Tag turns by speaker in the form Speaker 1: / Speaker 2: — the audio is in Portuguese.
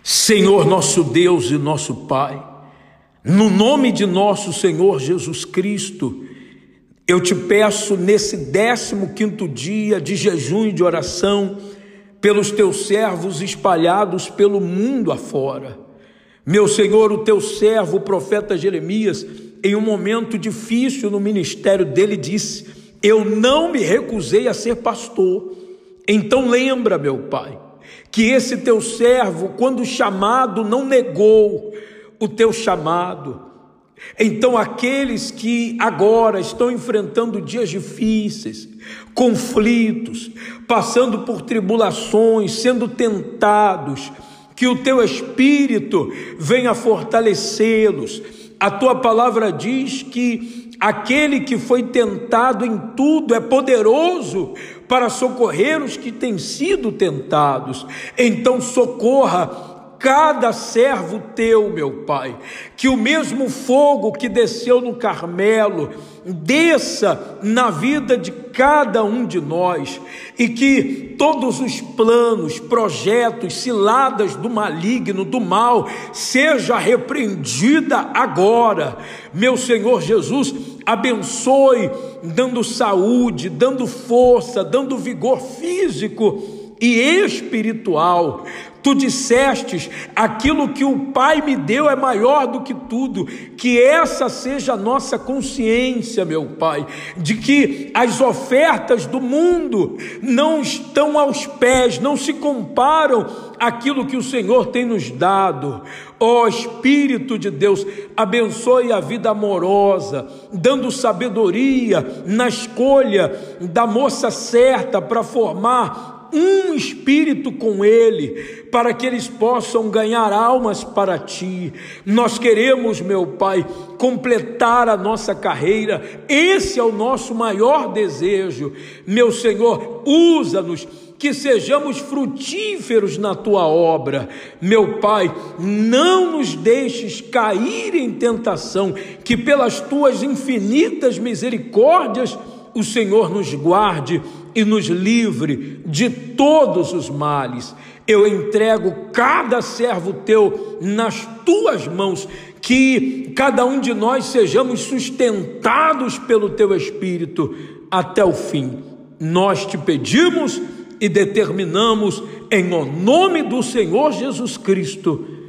Speaker 1: Senhor nosso Deus e nosso Pai, no nome de nosso Senhor Jesus Cristo, eu te peço nesse 15º dia de jejum e de oração, pelos teus servos espalhados pelo mundo afora. Meu Senhor, o teu servo, o profeta Jeremias, em um momento difícil no ministério dele, disse: eu não me recusei a ser pastor. Então lembra, meu Pai, que esse teu servo, quando chamado, não negou o teu chamado. Então aqueles que agora estão enfrentando dias difíceis, conflitos, passando por tribulações, sendo tentados, que o teu Espírito venha fortalecê-los. A tua palavra diz que aquele que foi tentado em tudo é poderoso para socorrer os que têm sido tentados. Então socorra cada servo teu, meu Pai, que o mesmo fogo que desceu no Carmelo desça na vida de cada um de nós, e que todos os planos, projetos, ciladas do maligno, do mal, seja repreendida agora. Meu Senhor Jesus, abençoe, dando saúde, dando força, dando vigor físico e espiritual. Tu dissestes: aquilo que o Pai me deu é maior do que tudo. Que essa seja a nossa consciência, meu Pai, de que as ofertas do mundo não estão aos pés, não se comparam àquilo que o Senhor tem nos dado. Ó Espírito de Deus, abençoe a vida amorosa, dando sabedoria na escolha da moça certa para formar um espírito com ele, para que eles possam ganhar almas para ti. Nós queremos, meu Pai, completar a nossa carreira. Esse é o nosso maior desejo. Meu Senhor, usa-nos, que sejamos frutíferos na tua obra. Meu Pai, não nos deixes cair em tentação, que pelas tuas infinitas misericórdias o Senhor nos guarde e nos livre de todos os males. Eu entrego cada servo teu nas tuas mãos, que cada um de nós sejamos sustentados pelo teu Espírito até o fim. Nós te pedimos e determinamos em nome do Senhor Jesus Cristo.